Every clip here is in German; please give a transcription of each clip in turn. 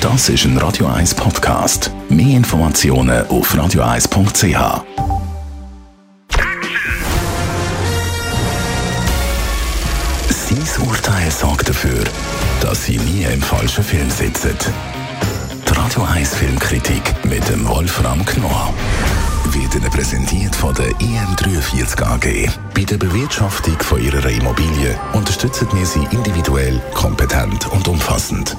Das ist ein Radio 1 Podcast. Mehr Informationen auf radio1.ch. Sein Urteil sorgt dafür, dass Sie nie im falschen Film sitzen. Die Radio 1 Filmkritik mit dem Wolfram Knorr wird Ihnen präsentiert von der IM43 AG. Bei der Bewirtschaftung von Ihrer Immobilie unterstützen wir Sie individuell, kompetent und umfassend.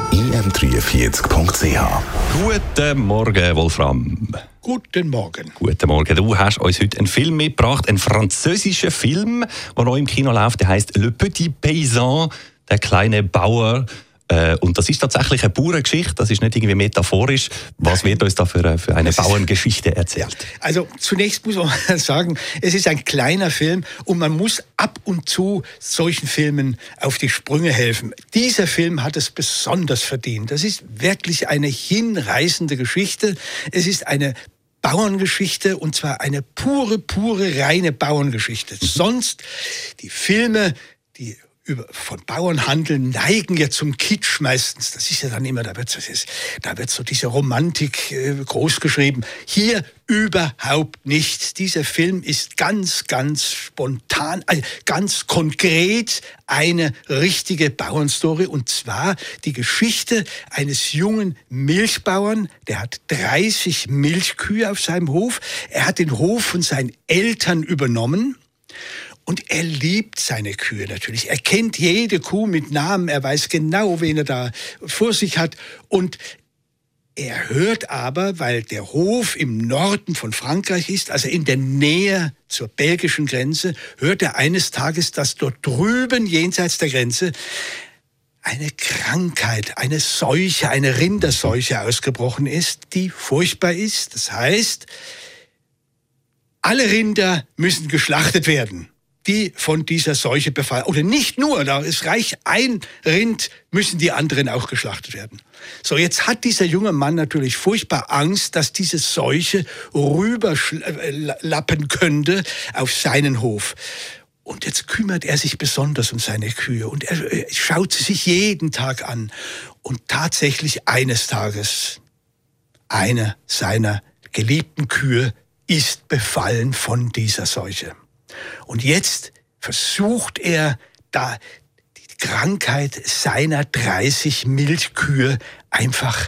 IM43.ch. Guten Morgen, Wolfram. Guten Morgen. Guten Morgen. Du hast uns heute einen Film mitgebracht, einen französischen Film, der noch im Kino läuft. Der heisst Le Petit Paysan, der kleine Bauer. Und das ist tatsächlich eine Bauerngeschichte, das ist nicht irgendwie metaphorisch. Was wird uns da für eine Bauerngeschichte erzählt? Also zunächst muss man sagen, es ist ein kleiner Film und man muss ab und zu solchen Filmen auf die Sprünge helfen. Dieser Film hat es besonders verdient. Das ist wirklich eine hinreißende Geschichte. Es ist eine Bauerngeschichte, und zwar eine pure, reine Bauerngeschichte. Sonst die Filme, die von Bauern handeln, neigen ja zum Kitsch meistens. Das ist ja dann immer, da wird so diese Romantik groß geschrieben. Hier überhaupt nichts. Dieser Film ist ganz spontan, ganz konkret eine richtige Bauernstory. Und zwar die Geschichte eines jungen Milchbauern, der hat 30 Milchkühe auf seinem Hof. Er hat den Hof von seinen Eltern übernommen. Und er liebt seine Kühe natürlich. Er kennt jede Kuh mit Namen. Er weiß genau, wen er da vor sich hat. Und er hört aber, weil der Hof im Norden von Frankreich ist, also in der Nähe zur belgischen Grenze, hört er eines Tages, dass dort drüben, jenseits der Grenze, eine Krankheit, eine Seuche, eine Rinderseuche ausgebrochen ist, die furchtbar ist. Das heißt, alle Rinder müssen geschlachtet werden, die von dieser Seuche befallen. Oder nicht nur, es reicht ein Rind, müssen die anderen auch geschlachtet werden. So, jetzt hat dieser junge Mann natürlich furchtbar Angst, dass diese Seuche rüberlappen könnte auf seinen Hof. Und jetzt kümmert er sich besonders um seine Kühe und er schaut sie sich jeden Tag an. Und tatsächlich eines Tages, eine seiner geliebten Kühe ist befallen von dieser Seuche. Und jetzt versucht er, da die Krankheit seiner 30 Milchkühe einfach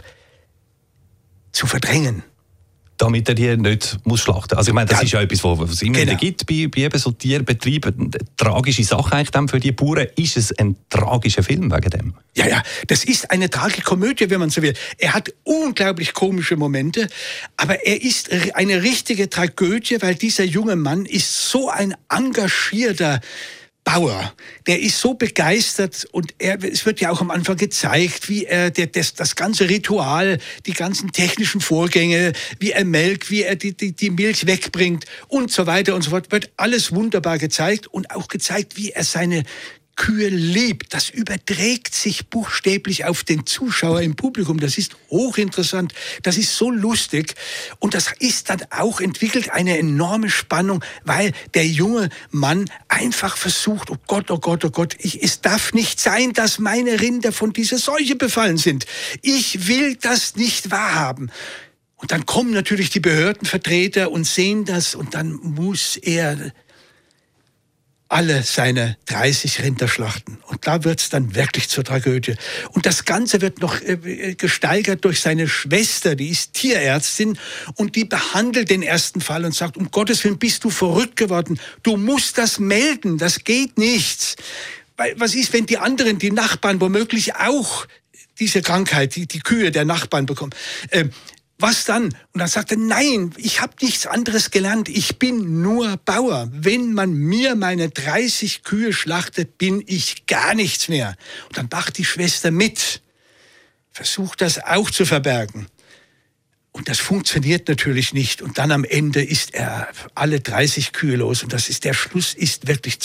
zu verdrängen. Damit er die nicht muss schlachten. Also ich meine, das ist ja etwas, was es immer wieder gibt bei eben so Tierbetrieben. Eine tragische Sache eigentlich dann für die Bauern. Ist es ein tragischer Film wegen dem? Ja, das ist eine Tragikomödie, wenn man so will. Er hat unglaublich komische Momente, aber er ist eine richtige Tragödie, weil dieser junge Mann ist so ein engagierter Bauer, der ist so begeistert und es wird ja auch am Anfang gezeigt, wie er das ganze Ritual, die ganzen technischen Vorgänge, wie er melkt, wie er die Milch wegbringt und so weiter und so fort, wird alles wunderbar gezeigt und auch gezeigt, wie er seine Kühe liebt. Das überträgt sich buchstäblich auf den Zuschauer im Publikum. Das ist hochinteressant. Das ist so lustig. Und das ist dann auch entwickelt eine enorme Spannung, weil der junge Mann einfach versucht, oh Gott, es darf nicht sein, dass meine Rinder von dieser Seuche befallen sind. Ich will das nicht wahrhaben. Und dann kommen natürlich die Behördenvertreter und sehen das und dann muss er alle seine 30 Rinder schlachten. Und da wird's dann wirklich zur Tragödie. Und das Ganze wird noch gesteigert durch seine Schwester, die ist Tierärztin und die behandelt den ersten Fall und sagt, um Gottes Willen, bist du verrückt geworden? Du musst das melden, das geht nicht. Weil, was ist, wenn die anderen, die Nachbarn womöglich auch diese Krankheit, die Kühe der Nachbarn bekommen? Was dann? Und dann sagt er, nein, ich habe nichts anderes gelernt. Ich bin nur Bauer. Wenn man mir meine 30 Kühe schlachtet, bin ich gar nichts mehr. Und dann macht die Schwester mit, versucht das auch zu verbergen. Und das funktioniert natürlich nicht. Und dann am Ende ist er alle 30 Kühe los. Und der Schluss ist wirklich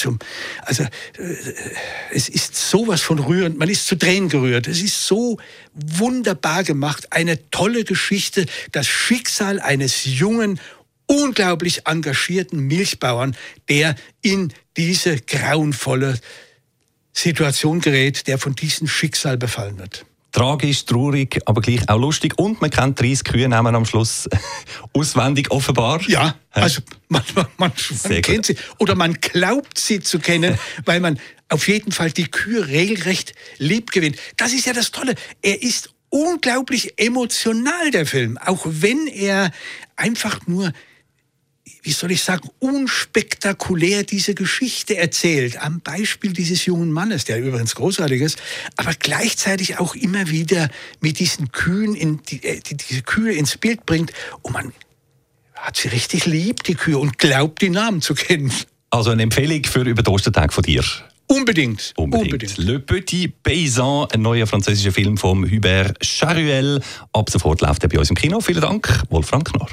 es ist sowas von rührend. Man ist zu Tränen gerührt. Es ist so wunderbar gemacht. Eine tolle Geschichte. Das Schicksal eines jungen, unglaublich engagierten Milchbauern, der in diese grauenvolle Situation gerät, der von diesem Schicksal befallen wird. tragisch, traurig, aber gleich auch lustig. Und man kennt 30 Kühe-Namen am Schluss auswendig offenbar. Ja, also man kennt sie oder man glaubt sie zu kennen, weil man auf jeden Fall die Kühe regelrecht lieb gewinnt. Das ist ja das Tolle. Er ist unglaublich emotional, der Film. Auch wenn er einfach nur, wie soll ich sagen, unspektakulär diese Geschichte erzählt. Am Beispiel dieses jungen Mannes, der übrigens großartig ist, aber gleichzeitig auch immer wieder mit diesen Kühen, diese Kühe ins Bild bringt. Und man hat sie richtig lieb, die Kühe, und glaubt, die Namen zu kennen. Also eine Empfehlung für über den Ostertag von dir. Unbedingt. Le Petit Paysan, ein neuer französischer Film von Hubert Charuel. Ab sofort läuft er bei uns im Kino. Vielen Dank, Wolfram Knorr.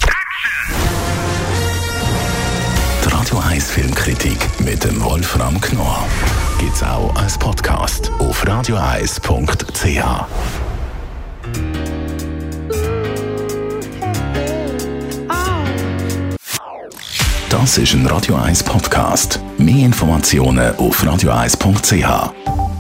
Die Radio 1 Filmkritik mit dem Wolfram Knorr gibt's auch als Podcast auf radio1.ch. Das ist ein Radio 1 Podcast. Mehr Informationen auf radio1.ch.